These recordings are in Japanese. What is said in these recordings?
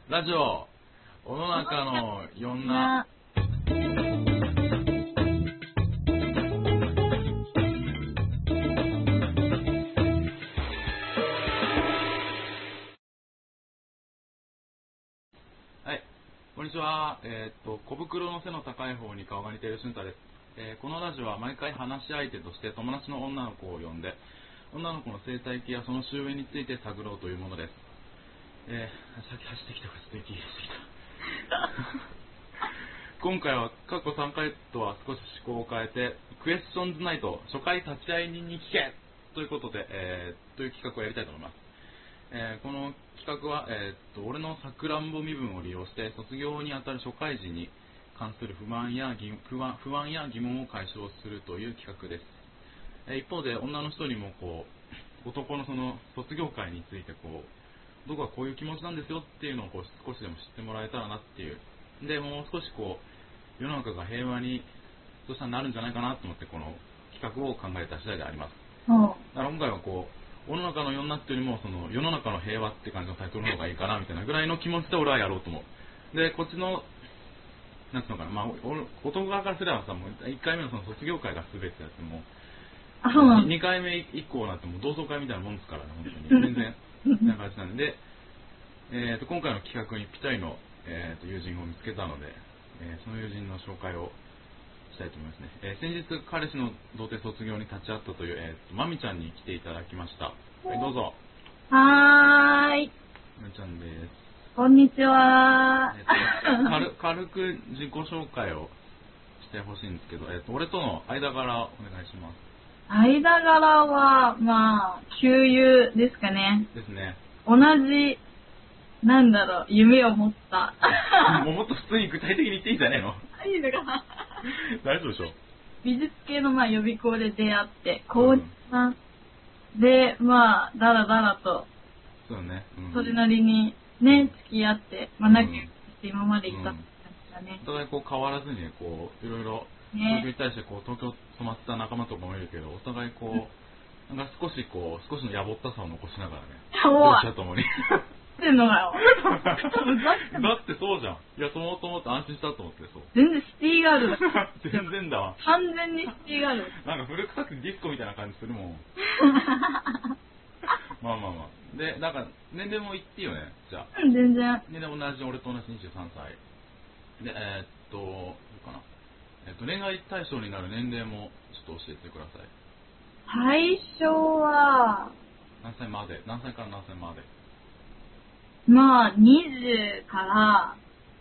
ラジオ世の中のいろんなはい、こんにちは。小袋の背の高い方に顔が似ている俊太です。このラジオは毎回話し相手として友達の女の子を呼んで女の子の生態系やその周囲について探ろうというものです。先走ってきたからちょっと息してきた今回は過去3回とは少し趣向を変えてクエスチョンズナイト初回立ち会い人に聞けということで、という企画をやりたいと思います。この企画は、俺のさくらんぼ身分を利用して卒業にあたる初回時に関する不安や疑問を解消するという企画です。一方で女の人にも男のその卒業会について僕はこういう気持ちなんですよっていうのを少しでも知ってもらえたらなっていう。で、もう少し世の中が平和にそしたらなるんじゃないかなと思ってこの企画を考えた次第であります。だから今回は世の中の世になってよりもその世の中の平和って感じのタイトルの方がいいかなみたいなぐらいの気持ちで俺はやろうと思う。で、こっちのなんつうのかな、男側からすればさ、もう1回目のその卒業会が全てやっても2回目以降になっても同窓会みたいなもんですからね、本当に全然な感じなんで、今回の企画にぴったりの、友人を見つけたので、その友人の紹介をしたいと思いますね。先日彼氏の童貞卒業に立ち会ったという、まみちゃんに来ていただきました。はい、どうぞ。 はーい。 まみちゃんです。 こんにちは。 軽く自己紹介をしてほしいんですけど、俺との間柄お願いします。 間柄は、旧友ですかね。 ですね。 同じ、夢を持った。 もっと普通に具体的に言っていいんじゃねえの？ いいのかな？ 大丈夫でしょ？ 美術系の予備校で出会って、高2で、だらだらと、 そうね。 それなりにね、付き合って、仲良くして今までいったんですかね。 お互い変わらずにいろいろ、東京に対して東京染まってた仲間とかもいるけど、お互いなんか少しのやぼったさを残しながらね、同志ともに。 ってんのかよ。 だってそうじゃん。いや、そう思って安心したと思って、そう。 全然シティガールだ。 全然だわ。 完全にシティガール。 なんか古臭くディスコみたいな感じするもん。まあ。で、なんか、年齢も言っていいよね、じゃあ。 全然。 年齢俺と同じ23歳。で、どうかな。恋愛対象になる年齢もちょっと教えてください。 最初は、 何歳から何歳まで 20から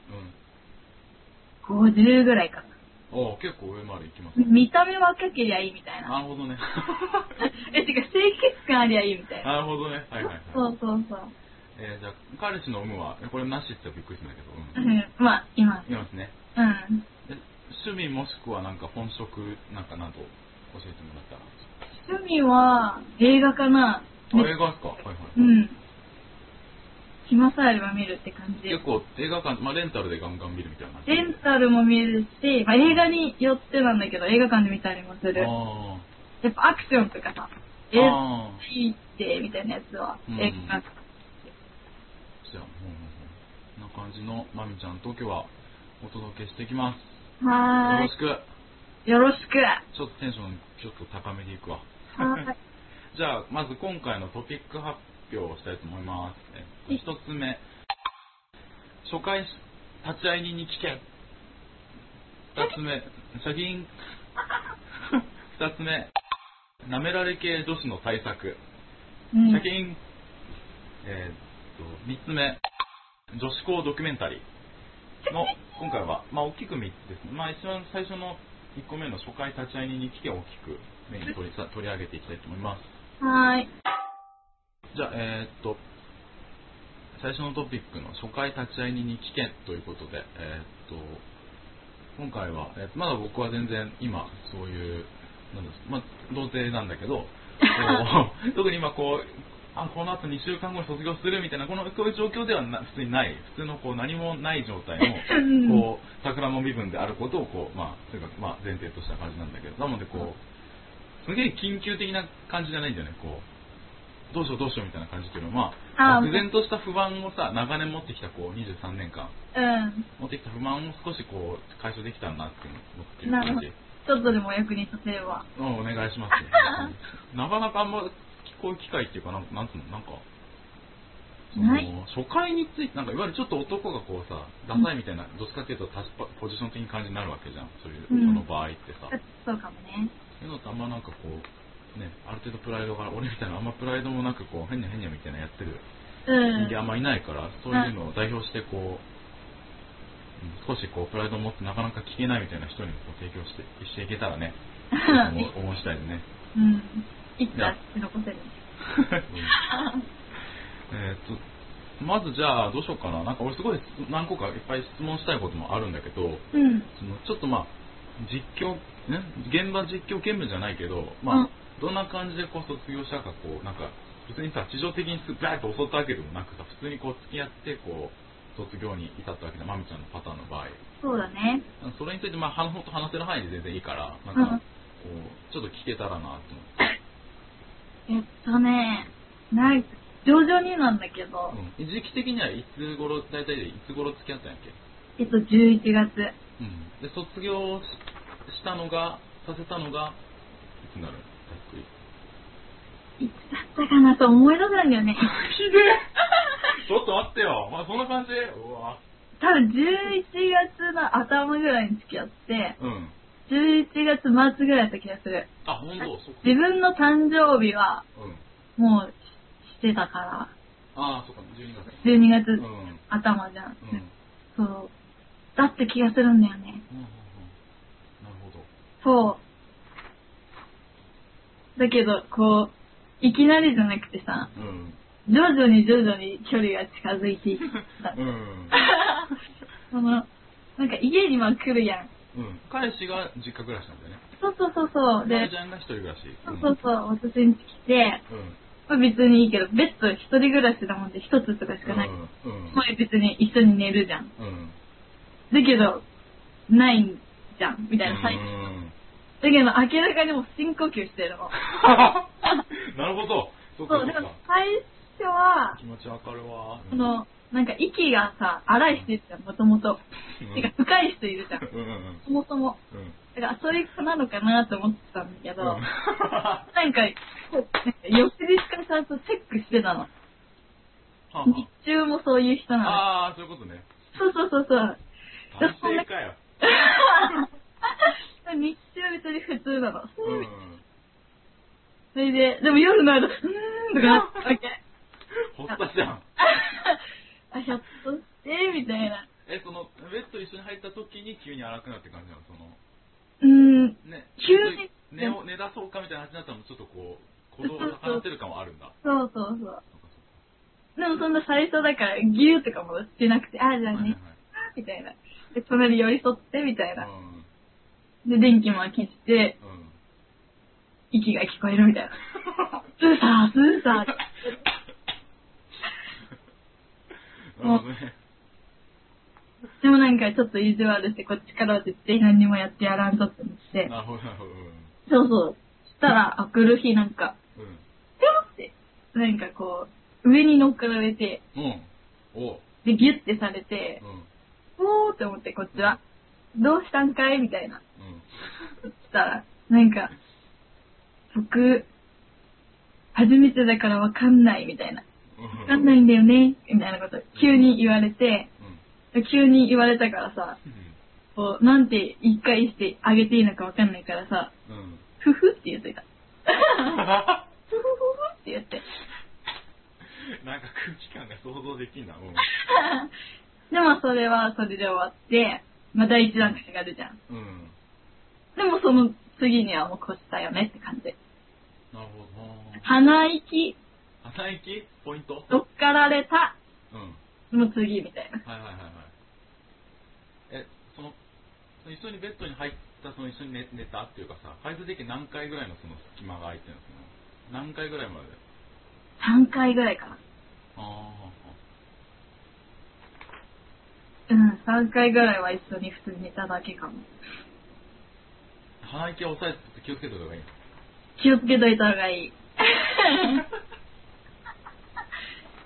50ぐらいかな。 お、結構上まで行きますね。 見た目若けりゃいいみたいな。 なるほどね。 てか清潔感ありゃいいみたいな。 なるほどね。はい。 そう。 じゃあ、彼氏の有無は、これなしって言ったらびっくりするんだけど。 います。 いますね。趣味もしくはなんか本職など教えてもらったら。 趣味は映画かな。 映画ですか？はい。 暇さえあれば見るって感じ。 結構映画館、レンタルでガンガン見るみたいな感じ。 レンタルも見るし、映画によってなんだけど、映画館で見たりもする。やっぱアクションとかさ、いいってみたいなやつは映画館。 じゃあ、こんな感じのまみちゃんと今日はお届けしていきます。 はーい。よろしく。 ちょっとテンションちょっと高めでいくわ。 はい。 じゃあ、まず今回のトピック発表をしたいと思います。一つ目、初回立ち会い人に聞け。二つ目、シャギン。二つ目、なめられ系女子の対策。シャギン。三つ目、女子校ドキュメンタリーの今回は大きく3つですね。一番最初の1個目の初回立ち会い人に聞けを大きくメインに取り上げていきたいと思います。 はい。 じゃあ、最初のトピックの初回立ち会い人に聞けということで、今回は、まだ僕は全然今そういう童貞なんだけど特に今この後2週間後に卒業するみたいなこういう状況では普通にない普通の何もない状態の桜も身分であることをというか前提とした感じなんだけど、なのですげえ緊急的な感じじゃないんだよね。 どうしようどうしようみたいな感じっていうのは、 あー漠然とした不安をさ、長年持ってきたこう23年間持ってきた不満を少しこう解消できたらなって思ってるなるほど。 感じ。 ちょっとでも役に立てれば。 お願いしますよ。なかなかあんまこういう機会っていうか、なんつうの、なんか、そのない初回について、なんかいわゆるちょっと男がこうさ、ダサいみたいな、どっちかっていうとポジション的な感じになるわけじゃん。そういう、その場合ってさ。 そうかもね。 そういうのってあんまなんかこう、ね、ある程度プライドが、俺みたいなあんまプライドもなくこう、へんにゃへんにゃみたいなやってる人間あんまいないから、そういうのを代表してこう、少しこうプライドを持ってなかなか聞けないみたいな人にこう提供していけたらね、思いしたいですね。 うん。いつか残せる。 まずじゃあどうしようかな。なんか俺すごい何個かいっぱい質問したいこともあるんだけど、 うん。 ちょっとまあ実況ね、現場実況見分じゃないけど、まあ、どんな感じでこう卒業したかこうなんか別にさ地上的にバーッと襲ったわけでもなくさ、普通にこう付き合ってこう卒業に至ったわけだ、まみちゃんのパターンの場合。 そうだね。 それについてまあほんと話せる範囲で全然いいから、なんかこうちょっと聞けたらなと思って。 なんか徐々になんだけど、 時期的にはいつ頃、大体でいつ頃付き合ったんやっけ 11月。 で、卒業したのが、させたのが、いつになるざっくり。 いつだったかなと思い出せないんだよね。 ひでえちょっと待ってよ。まあ、そんな感じうわ。 多分11月の頭ぐらいに付き合って、11月末ぐらいだった気がする。 あ、ほんとそっか。 自分の誕生日は、もうしてたから。 ああ、そっか、 12月頭じゃん。そう。だって気がするんだよね。 なるほど。 そう。だけど、こう、いきなりじゃなくてさ、徐々に距離が近づいていった。なんか家には来るやん。 彼氏が実家暮らしなんだよね。 そう。 で、ちゃんが一人暮らし。 そう、私に来て、まあ別にいいけど、ベッド一人暮らしだもんで一つとかしかない。まあ別に一緒に寝るじゃん。だけど、ないんじゃん、みたいな最初。だけど明らかにもう深呼吸してるの。 なるほど。 そう、だから最初は、 気持ちわかるわ。 なんか息がさ、荒い人いるじゃん、もともと。てか深い人いるじゃん。そもそも。だからそういう子なのかなと思ってたんだけど、なんか、翌日からちゃんとチェックしてたの。日中もそういう人なの。 ああ、そういうことね。 そう。 男性かよ。 日中別に普通なの。それで、でも夜になると、とかなったわけ。 ほったじゃん。 ひょっとして、みたいな。 ベッド一緒に入った時に急に荒くなって感じなの急に。 寝出そうかみたいな話になったらちょっとこう、鼓動が高鳴ってる感はあるんだ。 そう。でもそんな最初だからギューとかもしてなくて、じゃあね、みたいな。で、隣寄り添って、みたいな。で、電気も消して、息が聞こえるみたいな。スーサーって。でもなんかちょっと意地悪して、こっちからは絶対何にもやってやらんとって思って。 なるほど。 そう。したら、来る日なんか、ぴょんって、なんかこう、上に乗っかられて、で、ギュッてされて、おーって思って、こっちは。どうしたんかいみたいな。したら、なんか、僕、初めてだからわかんないみたいな。わかんないんだよねみたいなこと、急に言われて、急に言われたからさ、こう、なんて一回してあげていいのかわかんないからさ、ふふって言ってた。ふふって言って。 なんか空気感が想像できんな。 でもそれはそれで終わって、まあ第一段階があるじゃん。でもその次にはもう越したよねって感じ。 なるほど。 鼻息ポイント乗っかられた。もう次みたいな。 一緒にベッドに入った、一緒に寝たっていうかさ、回数的に何回ぐらいのその隙間が空いてるんですか？何回ぐらいまで ？3回ぐらいかな。3回ぐらいは一緒に普通に寝ただけかも。 鼻息を抑えて気をつけといた方がいい。 気をつけといた方がいい。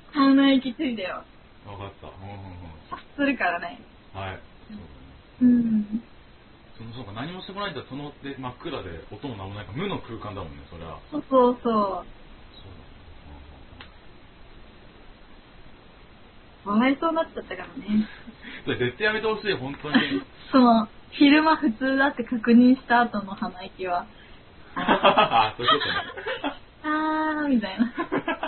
鼻息ついたよ。 わかった。 察するからね。 はい。 そうだね。 そうか、何もしてこないんだったら、で真っ暗で音も何もないから無の空間だもんね、それは。 そうそうそう。笑いそうになっちゃったからね。 それ絶対やめてほしい、本当に。 昼間普通だって確認した後の鼻息は。 そういうことね。 みたいな。なるほどね、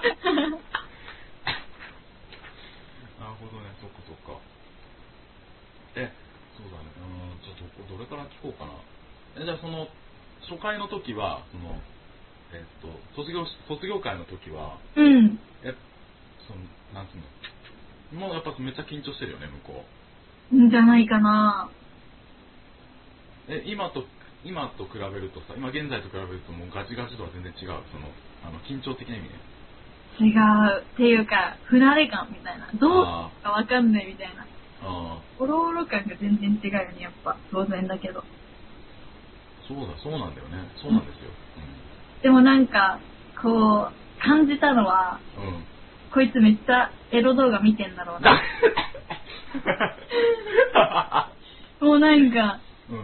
そっかそっか。そうだね。じゃあどれから聞こうかな。じゃあ初回の時は、卒業会の時は、なんつうの、もうやっぱめっちゃ緊張してるよね、向こう。じゃないかな。 今と比べるとさ、今現在と比べるともうガチガチとは全然違う、緊張的な意味ね。 違う。っていうか、不慣れ感みたいな。どうかわかんないみたいな。おろおろ感が全然違うよね、やっぱ。当然だけど。 そうなんだよね。そうなんですよ。 でもなんか、感じたのは、こいつめっちゃエロ動画見てんだろうな。もうなんか、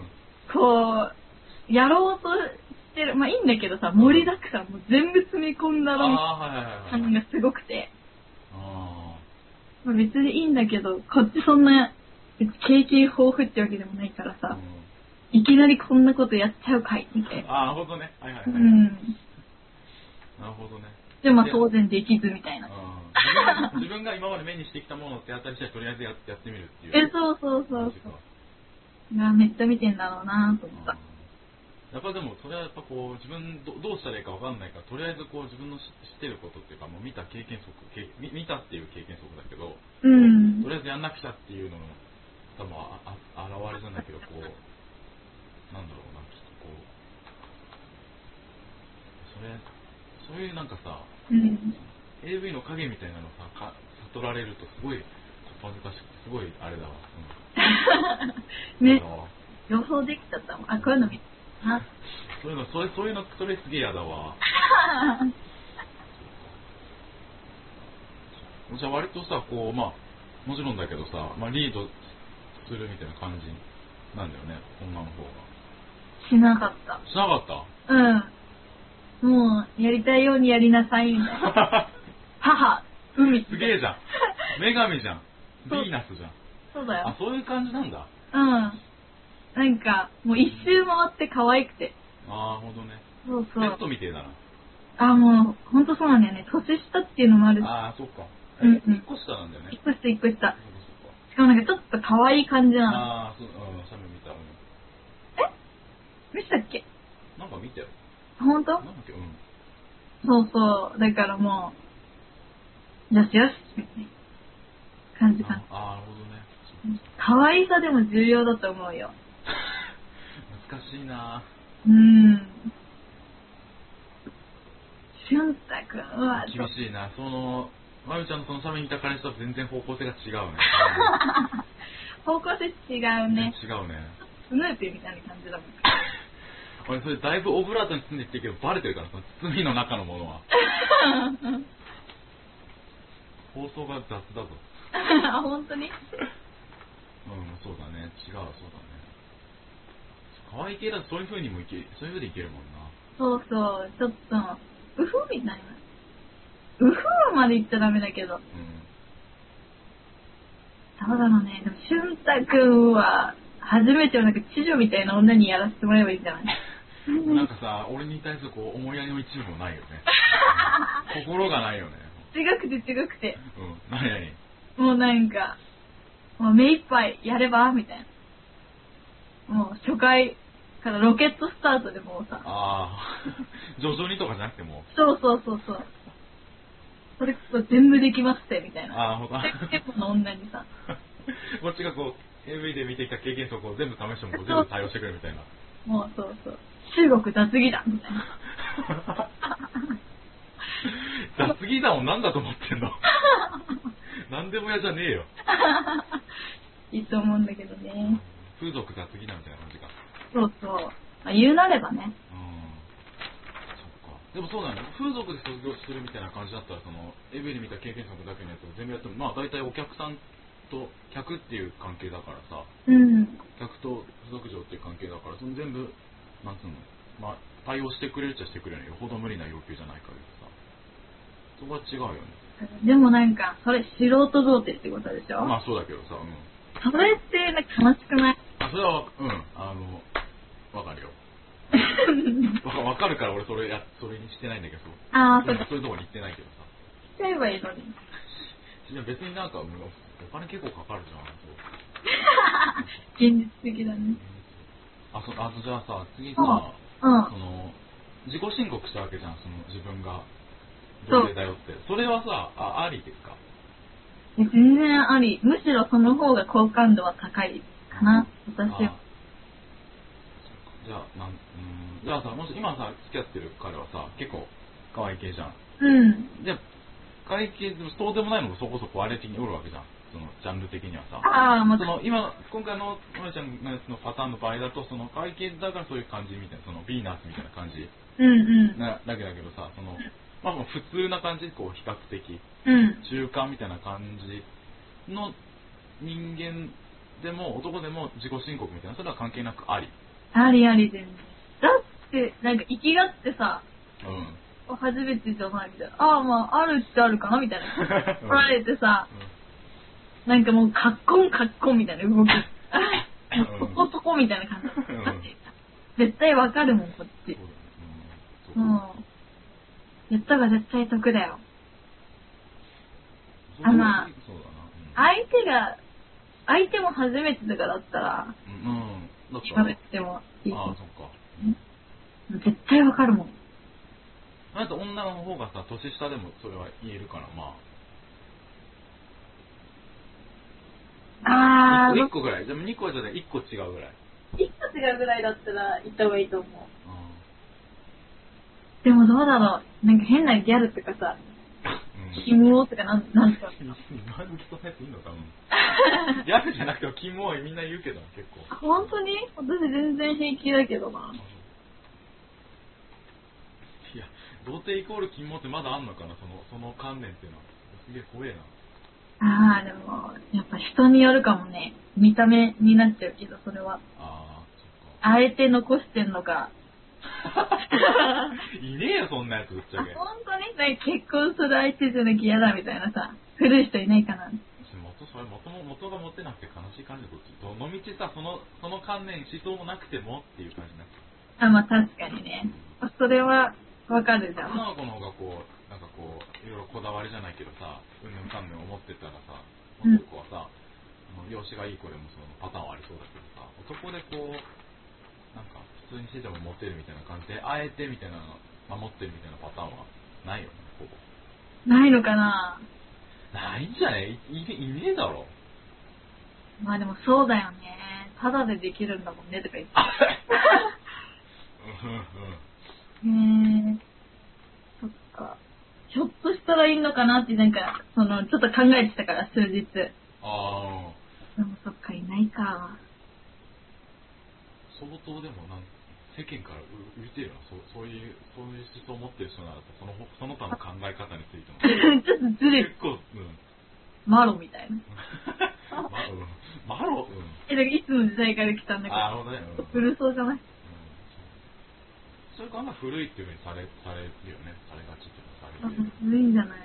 やろうとしてる。まあいいんだけどさ、盛りだくさんも全部詰め込んだろみたいな感がすごくて。まあ、別にいいんだけど、こっちそんな、経験豊富ってわけでもないからさ、いきなりこんなことやっちゃうかいみたいな。 なるほどね。なるほどね。 でも当然できずみたいな。 自分が今まで目にしてきたものってやったりして、とりあえずやってみるっていう。 そう。めっちゃ見てんだろうなと思った。 やっぱでもそれはやっぱ自分どうしたらいいかわかんないから、とりあえず自分の知ってることっていうか、もう見た経験則、見たっていう経験則だけど、とりあえずやんなくちゃっていうのの多分現れじゃないけど、なんだろうな、きっとそういうなんかさ、AV の影みたいなのさ悟られるとすごい恥ずかしくて、すごいあれだわ。 ね、予想できちゃったもん。こういうの見てそういうのそれすげえ嫌だわ。じゃあ割とさ、まあもちろんだけどさ、まあリードするみたいな感じなんだよね、女の方が。 しなかった。 しなかった？ もうやりたいようにやりなさいみたいな。母、海。 すげえじゃん。女神じゃん。ヴィーナスじゃん。 そうだよ。 そういう感じなんだ。 なんか、もう一周回って可愛くて。 ほんとね。 そう。 ペットみてえだな。もう、ほんとそうなんだよね。年下っていうのもあるし。 そっか。1個下なんだよね。 1個下。しかもなんかちょっと可愛い感じなの。 そう、サメ見た。 見せたっけ？ なんか見たよ。 ほんと？ なんだっけ？ そう。だからもう、よしよし、みたいな感じかな。 なるほどね。 可愛さでも重要だと思うよ。 難しいな。 俊太くんは厳しいな。まゆちゃんのサメにいた彼氏とは全然方向性が違うね。 方向性違うね。 違うね。 スヌーピーみたいな感じだもん。 俺それだいぶオブラートに包んでいってるけどバレてるからさ、包みの中のものは。放送が雑だぞ。 本当に？ そうだね。違う、そうだね。可愛い系だとそういう風にもそういう風でいけるもんな。 そう、ちょっと、ウフみたいな。ウフまで言っちゃダメだけど。そうだろうね。でも、俊太くんは、初めてなんか知女みたいな女にやらせてもらえばいいんじゃない？ なんかさ、俺に対する思いやりの一部もないよね。心がないよね。 違くて。 何？ もうなんか、もう目いっぱいやればみたいな。もう初回からロケットスタートでもうさ。 徐々にとかじゃなくても。 そう。それこそ全部できますってみたいな。 ほんと。 結構の女にさ。 こっちがAV で見てきた経験則を全部試しても全部対応してくれるみたいな。 もうそう。中国雑技団みたいな。 雑技団を何だと思ってんの？何でもやじゃねえよ。 いいと思うんだけどね。 風俗雑技団みたいな感じか。 そう。まあ、言うなればね。 そっか。でもそうなの。風俗速で卒業するみたいな感じだったら、そのエブリ見た経験則だけのやつを全部やっても、まあ大体お客さんと客っていう関係だからさ、客と付属嬢っていう関係だから、その全部なんつうの、まあ対応してくれるっちゃしてくれるのよほど無理な要求じゃないからさ、そこは違うよね。 でもなんかそれ素人童貞ってことでしょ。 まあそうだけどさ、 それってなんか悲しくない？ それはわかるよ。わかるから俺それにしてないんだけど、そういうとこに行ってないけどさ。 しちゃえばいいのに。 別になんかお金結構かかるじゃん。 現実的だね。 じゃあさ、次さ、その自己申告したわけじゃん、その自分が童貞だよって。それはさ、ありですか？ 全然あり。むしろその方が好感度は高いかな、私は。 じゃあさ、もし今さ付き合ってる彼はさ、結構可愛い系じゃん。じゃあ可愛い系でもそうでもないのもそこそこあれ的におるわけじゃん。そのジャンル的にはさ。その今回のまなちゃんのやつのパターンの場合だと、その可愛い系だからそういう感じみたいな、そのヴィーナスみたいな感じだけどさ、そのまあ普通な感じ、こう比較的中間みたいな感じの人間でも男でも自己申告みたいな、それは関係なくあり。 あり全然。だってなんか生きがってさ、初めてじゃないみたいな。まああるっちゃあるかなみたいな。取られてさ、なんかもうカッコンみたいな動き。そこみたいな感じ。絶対わかるもんこっち。やったが絶対得だよ。まあ相手も初めてとかだったら、喋ってもいい。絶対わかるもん。 あと女の方がさ、年下でもそれは言えるから、まあ。1個ぐらい。でも2個じゃない、1個違うぐらい。 1個違うぐらいだったら言った方がいいと思う。でもどうだろう。なんか変なギャルとかさ、キモとかなんとか。 今時そんなやついいのかな。ギャルじゃなくてもキモいみんな言うけど結構。 本当に？私全然平気だけどな。 いや、童貞イコールキモってまだあんのかな、その観念っていうのは。すげえ怖えな。 でもやっぱ人によるかもね。見た目になっちゃうけど、それは。あえて残してんのか。 いねえよそんなやつぶっちゃけ。 本当に結婚する相手じゃなきゃ嫌だみたいなさ、古い人いないかな。 それ元が持ってなくて悲しい感じで、どの道さ、その観念思想もなくてもっていう感じになって。 まあ確かにね。それはわかるじゃん。 女の子の方がなんかいろいろこだわりじゃないけどさ、うんぬんかんぬん思ってたらさ、男はさ、容姿がいい子でもそのパターンはありそうだけどさ、男でなんか普通にしててもモテるみたいな感じで、あえてみたいな守ってるみたいなパターンはないよね、ほぼ。 ないのかな。 ないんじゃない？いねえだろ。 まあでもそうだよね。ただでできるんだもんねとか言って。そっか。ひょっとしたらいいのかなってなんかちょっと考えてたから数日。でもそっか、いないか。 相当でも世間から浮いてるよな、そういう思想を持ってる人ならその他の考え方についてもちょっとずれる。結構、マロみたいな。 マロ？ いつの時代から来たんだけど。古そうじゃない？ それか古いっていうふうにされるよね。されがちっていうかされる。 古いんじゃない？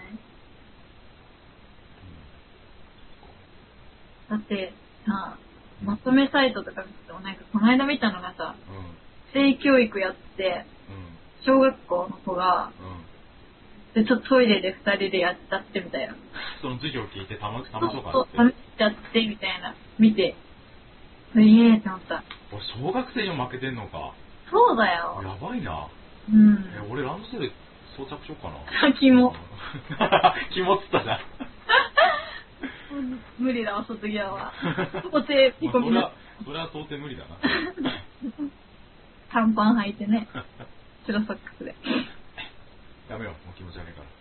だってさ、まとめサイトとか見てもなんかこの間見たのがさ、性教育やって、小学校の子が、でちょっとトイレで2人でやっちゃってみたいな。 その授業聞いて楽しそうかなって。楽しちゃってみたいな見て、すげえって思った。 小学生にも負けてんのか。 そうだよ。 やばいな。俺ランドセル装着しようかな。 キモ。 キモっつったじゃん。 無理だわ、卒業は。到底ピコピコ。 それは到底無理だな。 短パン履いてね。白ソックスで。 やめよう、もう気持ち悪いから。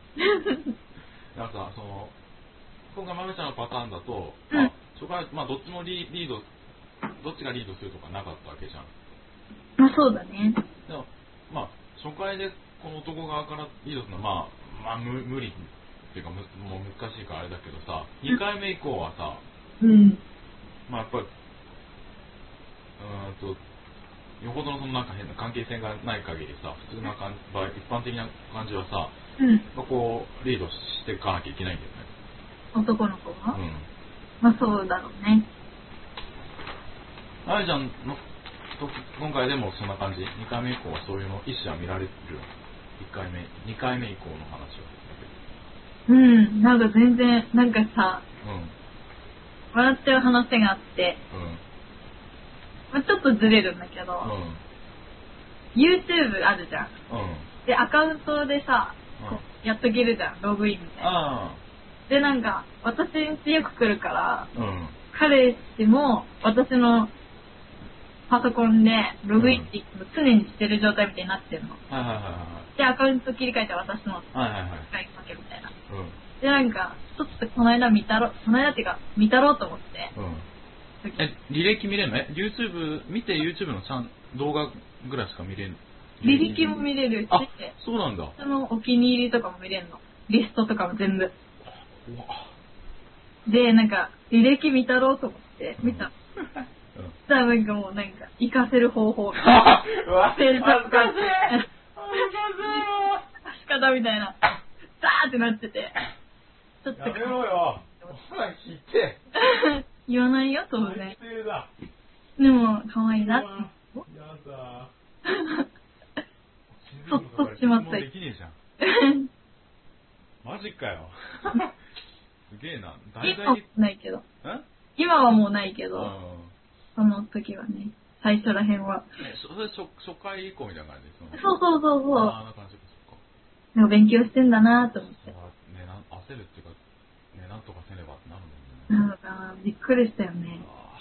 なんか今回豆ちゃんのパターンだと、初回どっちもリード、どっちがリードするとかなかったわけじゃん。 そうだね。 でも初回でこの男側からリードするのはまあ無理っていうかもう難しいからあれだけどさ、2回目以降はさ、まあやっぱりよほどのそのなんか変な関係性がない限りさ、普通な感じ、一般的な感じはさ、こうリードしていかなきゃいけないんだよね。 男の子が、まあそうだろうね。 あやちゃんの今回でもそんな感じ。2回目以降はそういうの意思は見られる。1回目、2回目以降の話は。 なんか全然なんかさ、笑っちゃう話があって、まあ、ちょっとずれるんだけど、YouTube あるじゃん。でアカウントでさ、こうやっとけるじゃん、ログインみたいな。でなんか私ん家よく来るから、彼氏も私のパソコンでログインって常にしてる状態みたいになってるの。でアカウント切り替えて私の使いかけみたいな。でなんかちょっとこの間っていうか見たろうと思って。 履歴見れるの？YouTube 見て YouTube の動画ぐらいしか見れる？ 履歴も見れるし、 そうなんだ。 そのお気に入りとかも見れるの。リストとかも全部。でなんか履歴見たろうと思って見た。そしたらなんかもうなんか活かせる方法。恥ずかしい。方みたいな。ザーってなってて。ちょっと。 やめろよ。ほら聞いて。 言わないよ、当然。でも、可愛いなって。やだ。 そっとしまった。 できねえじゃん。マジかよ。すげえな。 今はないけど。今はもうないけど、その時はね、最初らへんは。 それ初回以降みたいな感じですね。 そう。 ああ、な感じですか。 なんか勉強してんだなと思って。 ね、焦るっていうか、ね、なんとかせねばってなるもんね。 なんかびっくりしたよね。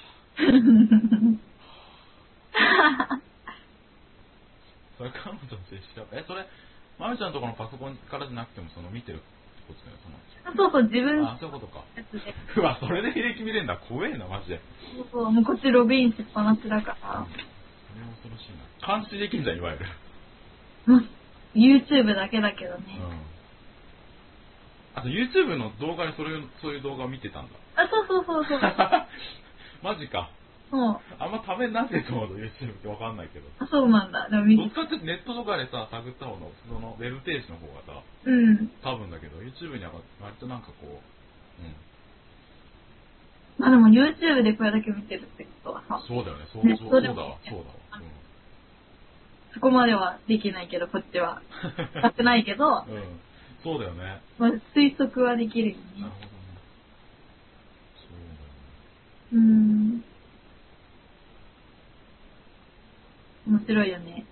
それ彼女と接しちゃう。それ、まゆちゃんとこのパソコンからじゃなくても見てるってことだよ、 そう、自分。 そういうことか。うわ、それで履歴見れんだ。怖えな、マジで。 そう、もうこっちログインしっぱなしだから。 それは恐ろしいな。監視できんじゃん、いわゆる。 YouTube だけだけどね。 あと YouTube の動画でそういう動画を見てたんだ。 そう。 マジか。 そう。 あんまためになんでと思うと YouTube ってわかんないけど。 そうなんだ。 どっちかってネットとかでさ、探った方の、そのウェブページの方がさ、多分だけど、YouTube には割となんかこう、まあでも YouTube でこれだけ見てるってことはさ。 そうだよね、そうだわ。 そこまではできないけど、こっちは。やってないけど、 そうだよね。 まあ、推測はできるよね。 なるほどね。 そうだよね。面白いよね。 リ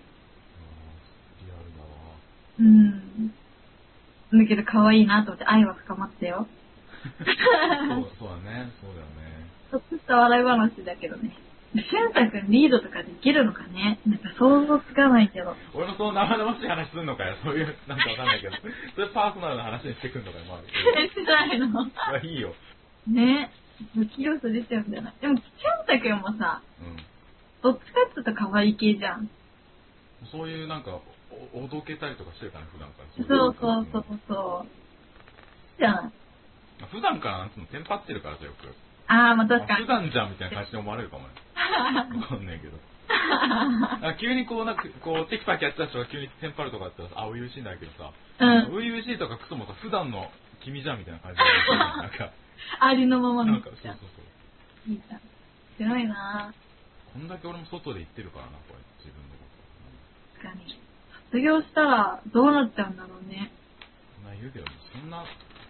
アルだわ。 だけど可愛いなと思って愛は深まったよ。 そうだね。 ちょっとした笑い話だけどね。俊太くんリードとかできるのかね。なんか想像つかないけど。 俺のその生々しい話すんのかよ。そういうなんかわかんないけど。それパーソナルな話にしてくんのかよ。まあ。 しないの。 いいよ。 ね。不器用さ出ちゃうんじゃない。でも俊太くんもさ、どっちかっていうと可愛い系じゃん。 そういうなんかおどけたりとかしてるから普段から。 そう。じゃん。 普段からなんつうのテンパってるからさよく。 まあ確かに。 普段じゃんみたいな感じで思われるかもね。わかんないけど。急にこうなんかこうテキパキやってた人が急にテンパるとかあったら初々しいんだけどさ、初々しいとかクソもさ普段の君じゃんみたいな感じでなんかありのままの。 なんかそう。 いいじゃん。強いな。 こんだけ俺も外で行ってるからなこれ自分のこと。確かに。卒業したらどうなっちゃうんだろうね。 言うけどそんな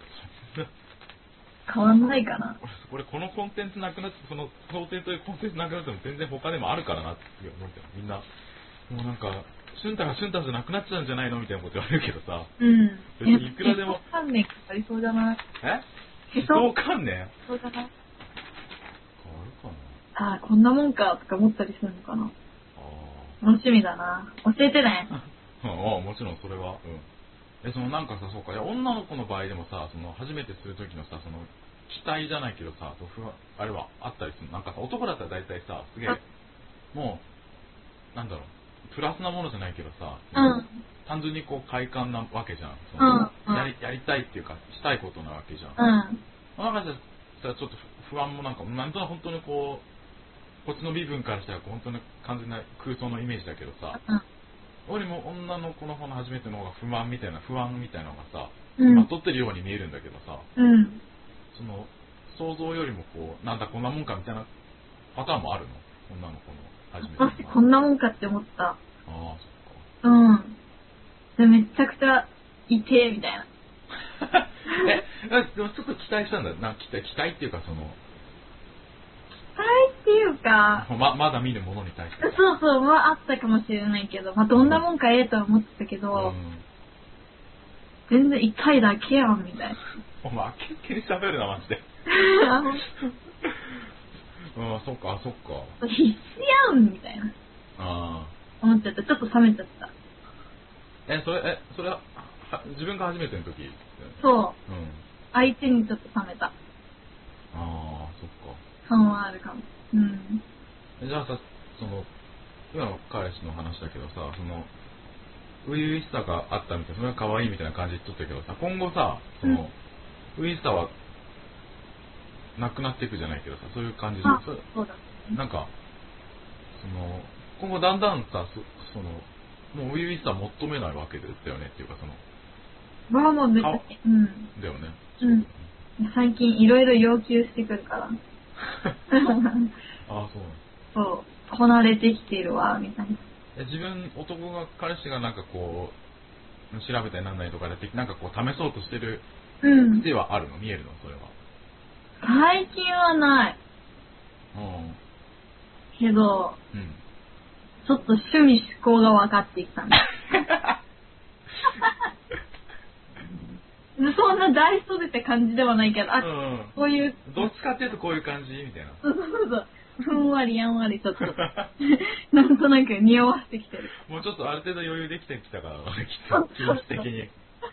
変わんないかな。 俺このコンテンツなくなってその想定というコンテンツなくなっても全然他でもあるからなって思うけどみんなもうなんか俊太が俊太じゃなくなっちゃうんじゃないのみたいなこと言われるけどさ。別にいくらでも。 思想観念ありそうじゃない？ 思想観念？ そうじゃない？ 変わるかな。 こんなもんかとか思ったりするのかな。楽しみだな。教えてね。 もちろんそれは。そのなんかさ、そうか、女の子の場合でもさ、その初めてする時のさ、その期待じゃないけどさ、あれはあったりする。なんかさ、男だったら大体さ、すげえもうなんだろう、 プラスなものじゃないけどさ、 うん。 単純にこう快感なわけじゃん。やりたいっていうか、したいことなわけじゃん。なんかさ、ちょっと不安もなんとなく本当にこっちの身分からしたら本当に完全な空想のイメージだけどさ、俺も女の子の方の初めての方が不安みたいなのがさ、まとってるように見えるんだけどさ、その想像よりもこう、なんだこんなもんかみたいなパターンもあるの？女の子の初めての方。 こんなもんかって思った。 ああ、そっか。 でめちゃくちゃいてみたいな。 でもちょっと期待したんだ。期待っていうか期待っていうか、 まだ見るものに対して。 そう、あったかもしれないけど、どんなもんかとは思ってたけど、全然痛いだけやんみたいな。 お前、けっけに喋るな、マジで。そっか。 必死やんみたいな。思っちゃった。ちょっと冷めちゃった。 それは、自分が初めての時？ そう。相手にちょっと冷めた。 そっか。 感はあるかも。 じゃあさ、今の彼氏の話だけどさ、初々しさがあったみたいな、それが可愛いみたいな感じで言っとったけどさ、今後さ、初々しさはなくなっていくじゃないけどさ、そういう感じで、 そうだ。 なんか、今後だんだんさ、もう初々しさ求めないわけだよねっていうか、 もう別に、 だよね。 最近いろいろ要求してくるから。そう。こなれてきてるわ、みたいな。 彼氏がなんかこう、調べたりなんないとかで、なんかこう、試そうとしてる癖はあるの？見えるの？それは。 最近はない。けど、ちょっと趣味嗜好が分かってきたんだ。そんな大それって感じではないけど、こういう。 どっちかっていうとこういう感じみたいな。 そう。ふんわりやんわりちょっと。なんとなく匂わせてきてる。 もうちょっとある程度余裕できてきたから、気持ち的に。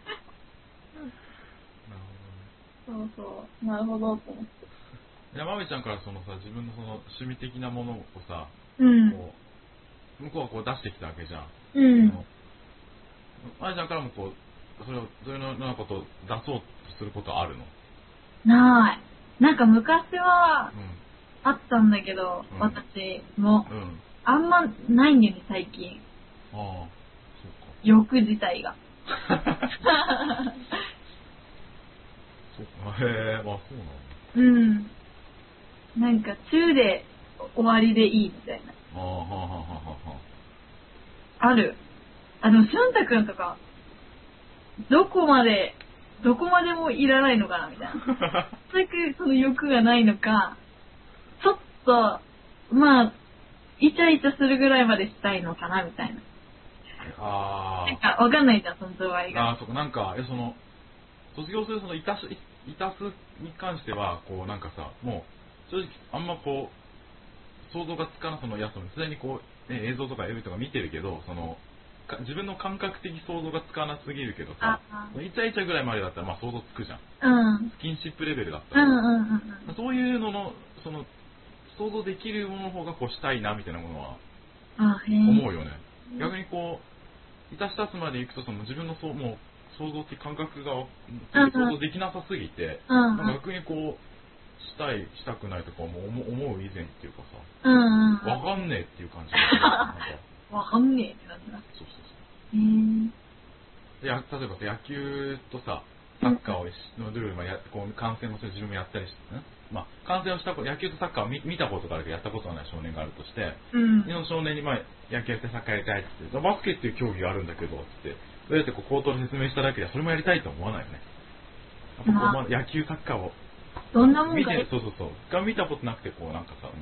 なるほど、と思って。 まみちゃんから自分の趣味的なものをさ、向こうはこう出してきたわけじゃん。まみちゃんからもこう、そういうようなことを出そうとすることあるの？ ない。なんか昔は、あったんだけど、私も、あんまないんだよね、最近。 そうか。 欲自体が。 そうか。そうなの？ なんか、中で終わりでいいみたいな。ある。でも、しゅんたくんとか、どこまでもいらないのかなみたいな。全くその欲がないのか、ちょっと、イチャイチャするぐらいまでしたいのかなみたいな。なんか、わかんないじゃん、その度合いが。 そうか、なんか、卒業するいたすに関しては、こう、なんかさ、もう、正直、あんまこう、想像がつかな、すでにこう、映像とかエビとか見てるけど、自分の感覚的想像がつかなすぎるけどさ、イチャイチャぐらいまでだったら想像つくじゃん。スキンシップレベルだったら。そういうのの、想像できるものの方がこうしたいなみたいなものは思うよね。逆にこう、いたしたつまで行くと自分のもう想像的感覚が想像できなさすぎて、逆にこう、したくないとか思う以前っていうかさ、わかんねえっていう感じ。 わかんねえって感じだ。 そう。例えば野球とさ、サッカーのルールこう観戦をする自分もやったりして、観戦をした野球とサッカーを見たことがあるけどやったことがない少年があるとして、その少年に野球やってサッカーやりたいって言って、バスケっていう競技があるんだけどって、そうやって口頭で説明しただけでそれもやりたいと思わないよね。野球サッカーをどんなもんかが見たことなくてこうなんかさ、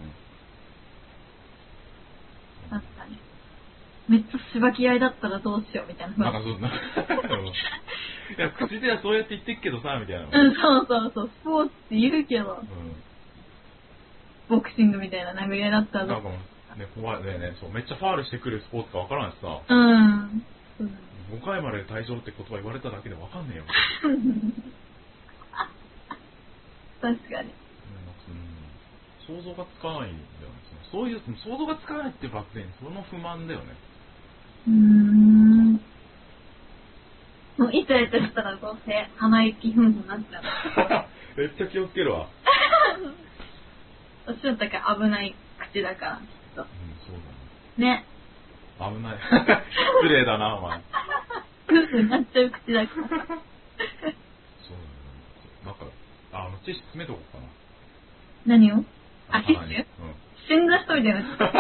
確かに。めっちゃしばき合いだったらどうしようみたいな。 なんかそうな。いや、口ではそうやって言ってっけどさ、みたいな。 そう。スポーツって言うけど。ボクシングみたいな殴り合いだったらどうしよう。 ね、怖いね。そう、めっちゃファールしてくるスポーツかわからんしさ。5回まで退場って言葉言われただけでわかんねえよ。 確かに。 想像がつかないんだよね。そういう想像がつかないっていう漠然その不満だよね。 もうイチャイチャしたらどうせ鼻息ふんふんなっちゃう。 めっちゃ気をつけるわ。 しゅんたか危ない口だから、きっと。 そうだね。 危ない。失礼だな、お前。 ふんふんなっちゃう口だから。 そうだね。なんか、ティッシュ詰めとこうかな。 何を？ティッシュ？死んだ人みたいな。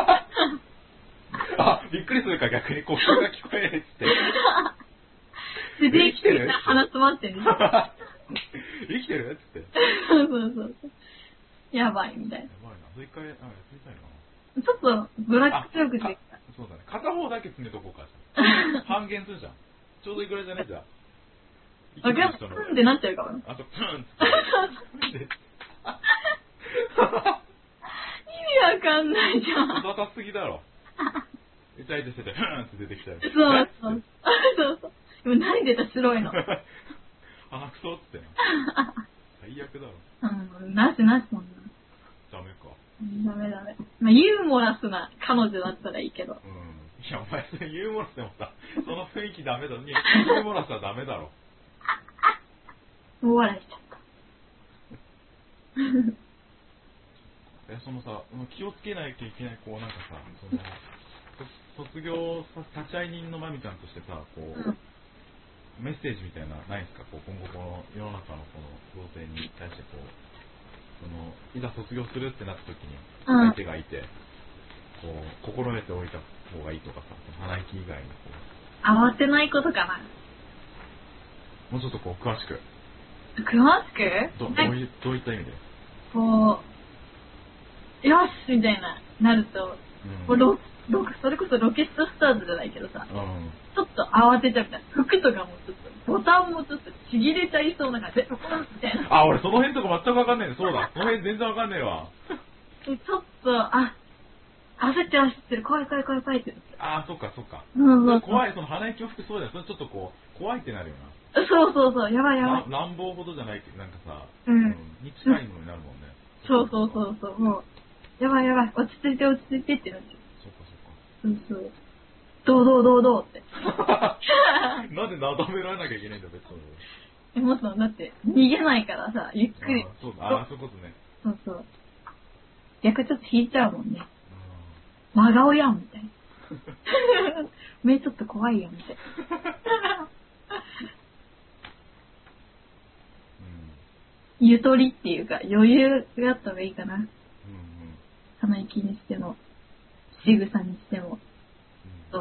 びっくりするか逆に呼吸が聞こえないっつって。 生きてる？鼻詰まってる。 生きてるっつって。 そう。やばいみたいな。 やばいな。それ一回、やってみたいな。 ちょっとブラック強くできた。 そうだね。片方だけ詰めとこうか。半減するじゃん。ちょうどいくらいじゃねえじゃん。 プンってなっちゃうかも。 あとプンって。 意味わかんないじゃん。 バカすぎだろ。イチャイチャしてて、フーンって出てきたよ。 そう。今何出た白いの。 鼻くそっつってな。最悪だろ。 なしそんな。 ダメか。 ダメ。まあ、ユーモラスな彼女だったらいいけど。 いや、お前それユーモラスでもさ、その雰囲気ダメだろ。ユーモラスはダメだろ。 大笑いしちゃった。 そのさ、気をつけないといけない、こう、なんかさ、卒業立ち会い人のまみちゃんとしてさ、こう、メッセージみたいなないですか？こう今後この世の中のこの童貞に対してこう、いざ卒業するってなった時に相手がいて、こう心得ておいた方がいいとかさ、鼻息以外にこう慌てないことかな。 もうちょっとこう詳しく。 どういった意味で？ こうよしみたいなると、それこそロケットスタートじゃないけどさ、ちょっと慌てちゃうみたいな。服とかもちょっとボタンもちょっとちぎれちゃいそうな感じで、みたいな。 俺その辺とか全く分かんないね。そうだ、その辺全然分かんないわ。 ちょっと焦ってる、怖いって言って。 そっか。 そう怖い、その鼻息を吹くそうだよ。それちょっとこう怖いってなるよな。 そう、やばい。 乱暴ほどじゃないけど、なんかさ、に近いものになるもんね。 そう、もう、やばい、落ち着いてってなっちゃう。そう。どうって。 なんでなだめられなきゃいけないんだ、別に。 もっと、だって、逃げないからさ、ゆっくり。 そういうことね。 そう。逆ちょっと引いちゃうもんね。真顔やん、みたいな。目ちょっと怖いやん、みたいな。ゆとりっていうか、余裕があった方がいいかな。鼻息にしても。仕草にしても。そう。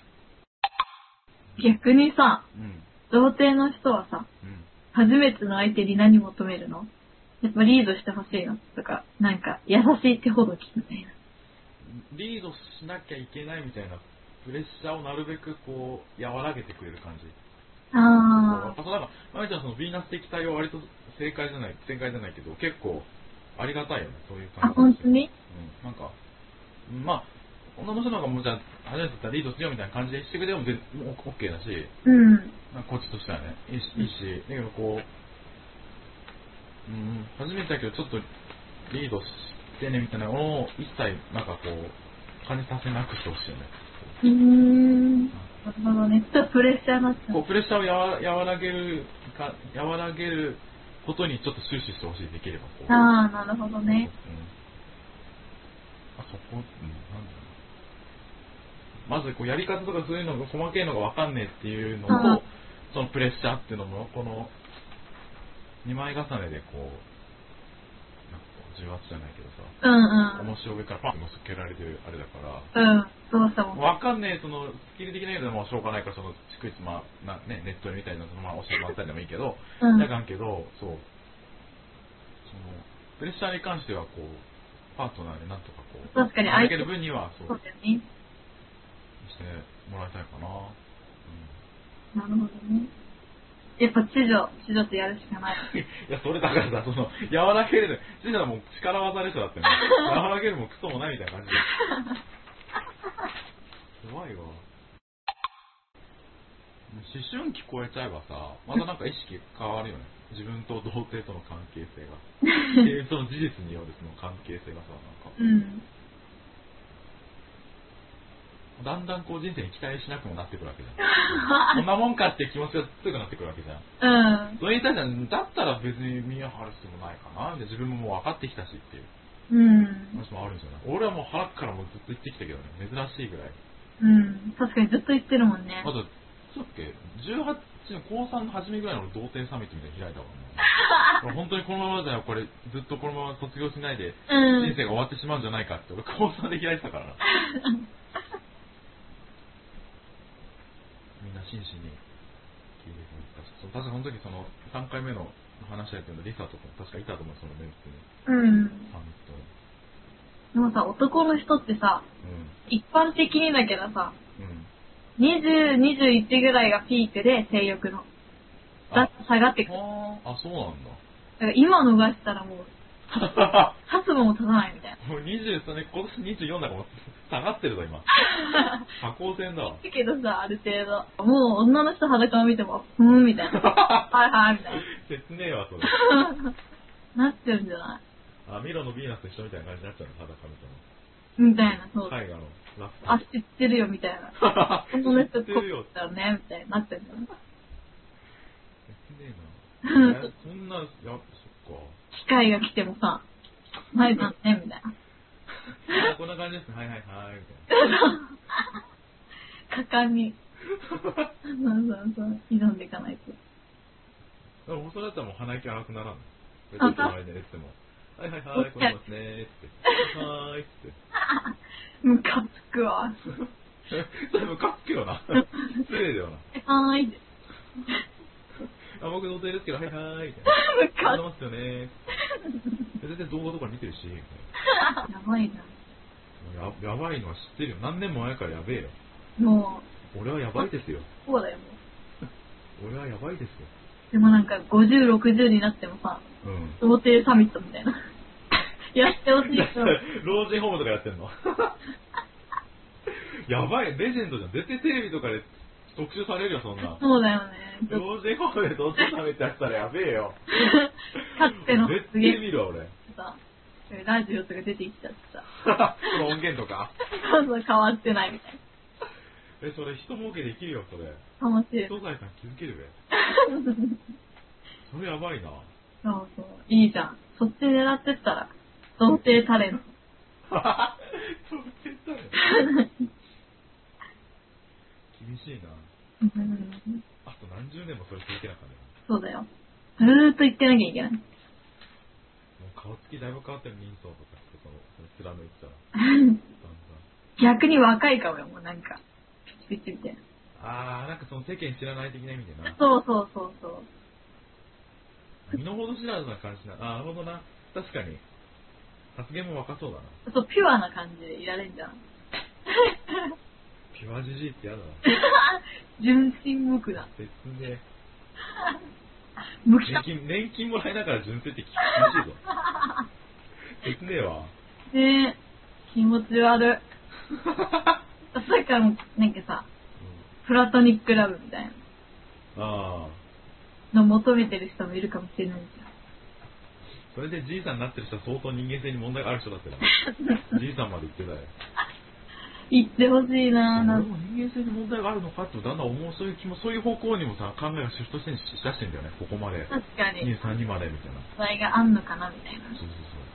逆にさ、童貞の人はさ、初めての相手に何求めるの？やっぱリードしてほしいのとか、なんか優しい手ほどきみたいな。 リードしなきゃいけないみたいなプレッシャーをなるべくこう和らげてくれる感じ。なんかまみちゃんそのヴィーナス的対応は割と正解じゃないけど結構ありがたいよね、そういう感じ。 本当に？ なんか女の人なんかもうじゃあ初めてだったらリードしようみたいな感じでしてくれても全然 OK だし、こっちとしてはねいいし、だけどこう、初めてだけどちょっとリードしてねみたいなのを一切なんかこう感じさせなくしてほしいよね。 なるほどね。ちょっとプレッシャーになっちゃう。 プレッシャーを和らげることにちょっと終始してほしい、できればこう。 なるほどね。 なんだろう。まずこうやり方とかそういうのが細けいのが分かんねえっていうのを、そのプレッシャーっていうのもこの2枚重ねでこう重圧じゃないけどさ、面白上からパンと乗せけられてるあれだから、 そうしたもん。 分かんねえそのスキル的なのでもしょうがないからその逐一ネットみたいなの教えてもらったりでもいいけど、だかんけどそのプレッシャーに関してはこうパートナーでなんとかこう確かに相手の分にはそうだよね。 してもらいたいかな。 なるほどね。やっぱ知女とやるしかない。 いやそれだからさ、和らげる知女はもう力技でしょだってね。和らげるもクソもないみたいな感じで。怖いわ。思春期超えちゃえばさ、またなんか意識変わるよね。自分と童貞との関係性が。その事実によるその関係性がさ、なんか。 だんだんこう人生に期待しなくもなってくるわけじゃん。こんなもんかって気持ちが強くなってくるわけじゃん。それに対してだったら別に見張る必要もないかな。で自分ももう分かってきたしっていう話もあるんですよね。俺はもう腹からもずっと言ってきたけどね、珍しいぐらい。 確かにずっと言ってるもんね。 あと、そうだっけ、18の高3の初めぐらいの童貞サミットみたいに開いたわね。本当にこのままだよ、これずっとこのまま卒業しないで人生が終わってしまうんじゃないかって俺高3で開いてたからな。みんな真摯に聞いてくれたし、確かその時その3回目の話し合いっていうのリサとか確かいたと思う、そのメンツに。サミットに。 でもさ、男の人ってさ、一般的にだけどさ、20、21ぐらいがピークで性欲の。下がってくる。 あ、そうなんだ。 だから今逃したらもう、立つもも立たないみたいな。 もう23年、今年24だからもう下がってるぞ、今。下降線だわ。 だけどさ、ある程度。もう女の人裸を見ても、みたいな。はいはい、みたいな。 切ねえわ、それ。 なっちゃうんじゃない？ ミロのヴィーナスと一緒みたいな感じになっちゃうの、裸見ても。 みたいな、そう。 絵画のラスト。知ってるよ、みたいな。女の人こうだよね、みたいになっちゃうんじゃない？ 切ねえな。そんな、そっか。 機会が来てもさ、前だね、みたいな。 こんな感じですね、はいはいはい、みたいな。 果敢に。そう挑んでいかないと。 でも、それだったらもう鼻息荒くならんの。別に隣で寝ても。はいはいはい、これますねーって。はーいって。 ムカつくわ。 それムカつくよな。失礼だよな。 はーいって。 僕童貞ですけど、はいはーいって。 ムカつく。 ますよねーって。絶対動画とか見てるし。 やばいな。 やばいのは知ってるよ。何年も前からやべえよ。 もう。 俺はやばいですよ。 そうだよ、もう。俺はやばいですよ。 でもなんか50、60になってもさ、童貞サミットみたいな。やってほしいよ。 老人ホームとかやってんのやばい、レジェンドじゃん。絶対テレビとかで特集されるよ、そんな。 そうだよね。 老人ホームで童貞サミットやったらやべえよ。 かつての。 絶対見るわ、俺。 ラジオとか出てきちゃってさ。 この音源とかそう変わってないみたいな。 それ人儲けできるよ、それ。 楽しい。 東西さん気づけるべ。それやばいな。 そうそう。いいじゃん。そっち狙ってったら、童貞タレント。 童貞タレント厳しいな。あと何十年もそれ続けなかったね。 そうだよ。ずーっと言ってなきゃいけない。 もう顔つきだいぶ変わってる、人相とかその貫いてたら。 逆に若いかもよ、もうなんか。ピチピチみたいな。 なんかその世間知らない的な意味でな。 そうそうそうそう。 身の程知らずな感じな。なるほどな。確かに。発言も若そうだな。 そう、ピュアな感じでいられんじゃん。 ピュアジジイってやだな。 純真無垢だ。 別で。 無垢。 年金もらいながら純粋って厳しいぞ。別ねえわ。 ねえ、気持ち悪い。さっきからもなんかさ、プラトニックラブみたいなの求めてる人もいるかもしれないじゃん。 それでじいさんになってる人は相当人間性に問題がある人だってな。じいさんまで言ってたよ。 言ってほしいなぁ。 俺も人間性に問題があるのかってだんだん思う、そういう方向にもさ、考えがシフトしだしてんだよね、ここまで。 確かに。 23にまでみたいな。 それがあんのかなみたいな。 そう。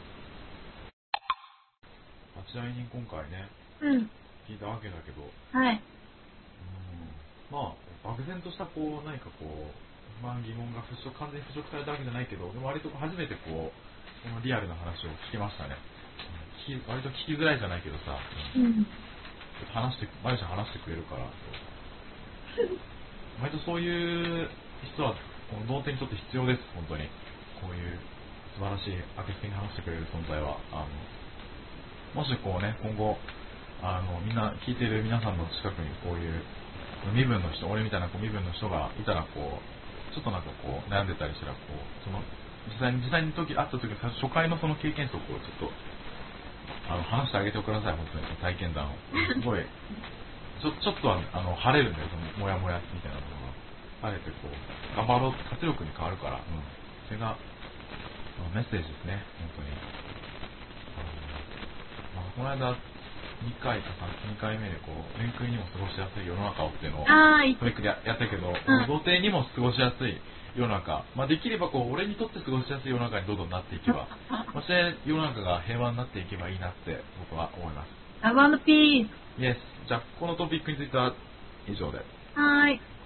立会人今回ね、聞いたわけだけど。 はい。 まあ、漠然としたこう、何かこう、不満疑問が完全に払拭されたわけじゃないけど、でも割と初めてこのリアルな話を聞きましたね。割と聞きづらいじゃないけどさ、マユちゃん話してくれるから、割とそういう人はこの童貞にとって必要です、本当に。こういう素晴らしい明けすけに話してくれる存在は。もしこうね、今後、みんな聞いてる皆さんの近くにこういう身分の人、俺みたいな身分の人がいたらこう、ちょっとなんかこう悩んでたりしたらこう、その実際に会った時初回のその経験則をちょっと話してあげてください、本当に体験談を。すごいちょっとは晴れるんだよ、そのモヤモヤみたいなものが晴れてこう頑張ろう活力に変わるから、それがメッセージですね、本当に。この間 2回か2回目でこう、面食いにも過ごしやすい世の中をっていうのを、トリックでやったけど、童貞にも過ごしやすい世の中、できればこう、俺にとって過ごしやすい世の中にどんどんなっていけば、そして世の中が平和になっていけばいいなって僕は思います。 ラブ&ピース。 イエス。じゃあ、このトピックについては以上で。 はーい。